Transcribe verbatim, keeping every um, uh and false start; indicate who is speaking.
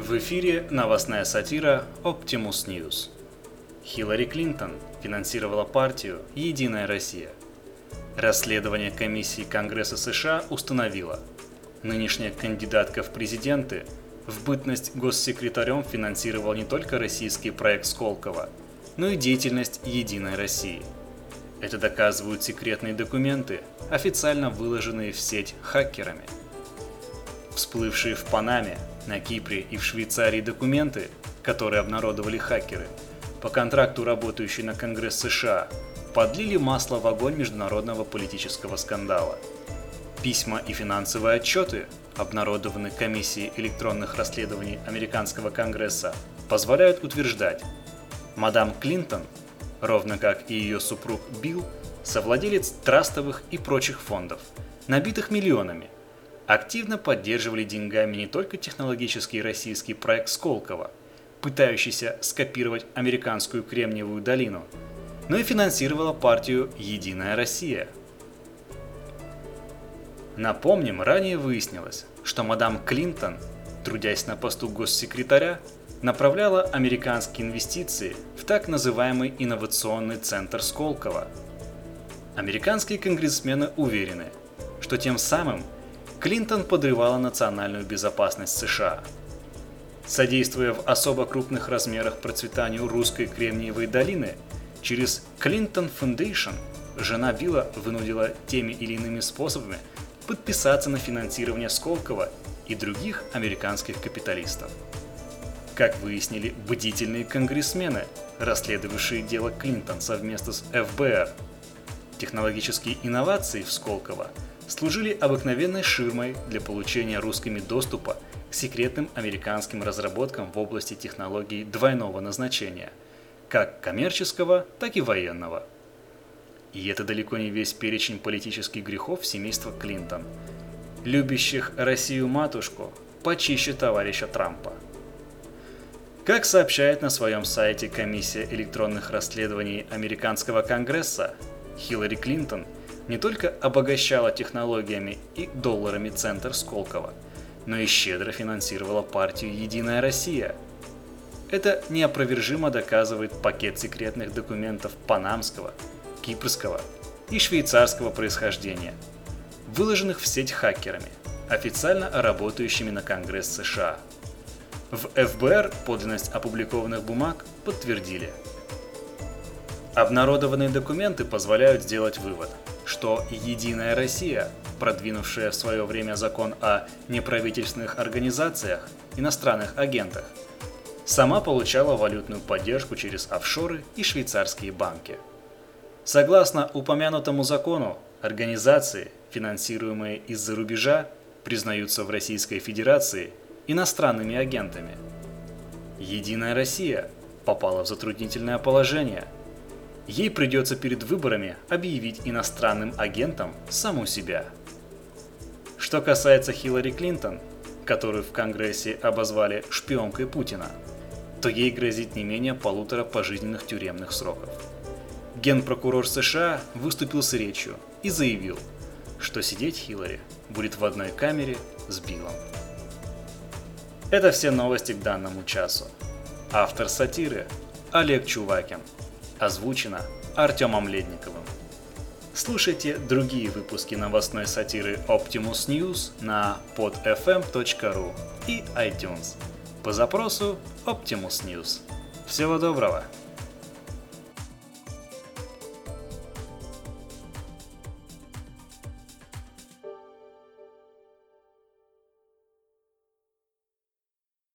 Speaker 1: В эфире новостная сатира Optimus News. Хиллари Клинтон финансировала партию «Единая Россия». Расследование комиссии Конгресса США установило, нынешняя кандидатка в президенты в бытность госсекретарем финансировала не только российский проект Сколково, но и деятельность «Единой России». Это доказывают секретные документы, официально выложенные в сеть хакерами. Всплывшие в Панаме, на Кипре и в Швейцарии документы, которые обнародовали хакеры, по контракту работающие на Конгресс США, подлили масло в огонь международного политического скандала. Письма и финансовые отчеты, обнародованные комиссией электронных расследований Американского Конгресса, позволяют утверждать, мадам Клинтон, ровно как и ее супруг Билл, совладелец трастовых и прочих фондов, набитых миллионами, активно поддерживали деньгами не только технологический российский проект Сколково, пытающийся скопировать американскую Кремниевую долину, но и финансировала партию «Единая Россия». Напомним, ранее выяснилось, что мадам Клинтон, трудясь на посту госсекретаря, направляла американские инвестиции в так называемый инновационный центр Сколково. Американские конгрессмены уверены, что тем самым Клинтон подрывала национальную безопасность США. Содействуя в особо крупных размерах процветанию русской Кремниевой долины, через Clinton Foundation жена Билла вынудила теми или иными способами подписаться на финансирование Сколково и других американских капиталистов. Как выяснили бдительные конгрессмены, расследовавшие дело Клинтон совместно с эф бэ эр, технологические инновации в Сколково служили обыкновенной ширмой для получения русскими доступа к секретным американским разработкам в области технологий двойного назначения, как коммерческого, так и военного. И это далеко не весь перечень политических грехов семейства Клинтон, любящих Россию-матушку почище товарища Трампа. Как сообщает на своем сайте Комиссия электронных расследований Американского Конгресса, Хиллари Клинтон не только обогащала технологиями и долларами центр Сколково, но и щедро финансировала партию «Единая Россия». Это неопровержимо доказывает пакет секретных документов панамского, кипрского и швейцарского происхождения, выложенных в сеть хакерами, официально работающими на Конгресс США. В эф бэ эр подлинность опубликованных бумаг подтвердили. Обнародованные документы позволяют сделать вывод, что «Единая Россия», продвинувшая в свое время закон о неправительственных организациях, иностранных агентах, сама получала валютную поддержку через офшоры и швейцарские банки. Согласно упомянутому закону, организации, финансируемые из-за рубежа, признаются в Российской Федерации иностранными агентами. «Единая Россия» попала в затруднительное положение. Ей придется перед выборами объявить иностранным агентом саму себя. Что касается Хиллари Клинтон, которую в Конгрессе обозвали шпионкой Путина, то ей грозит не менее полутора пожизненных тюремных сроков. Генпрокурор США выступил с речью и заявил, что сидеть Хиллари будет в одной камере с Биллом. Это все новости к данному часу. Автор сатиры – Олег Чувакин. Озвучено Артемом Ледниковым. Слушайте другие выпуски новостной сатиры Optimus News на под эф эм точка ру и iTunes по запросу Optimus News. Всего доброго!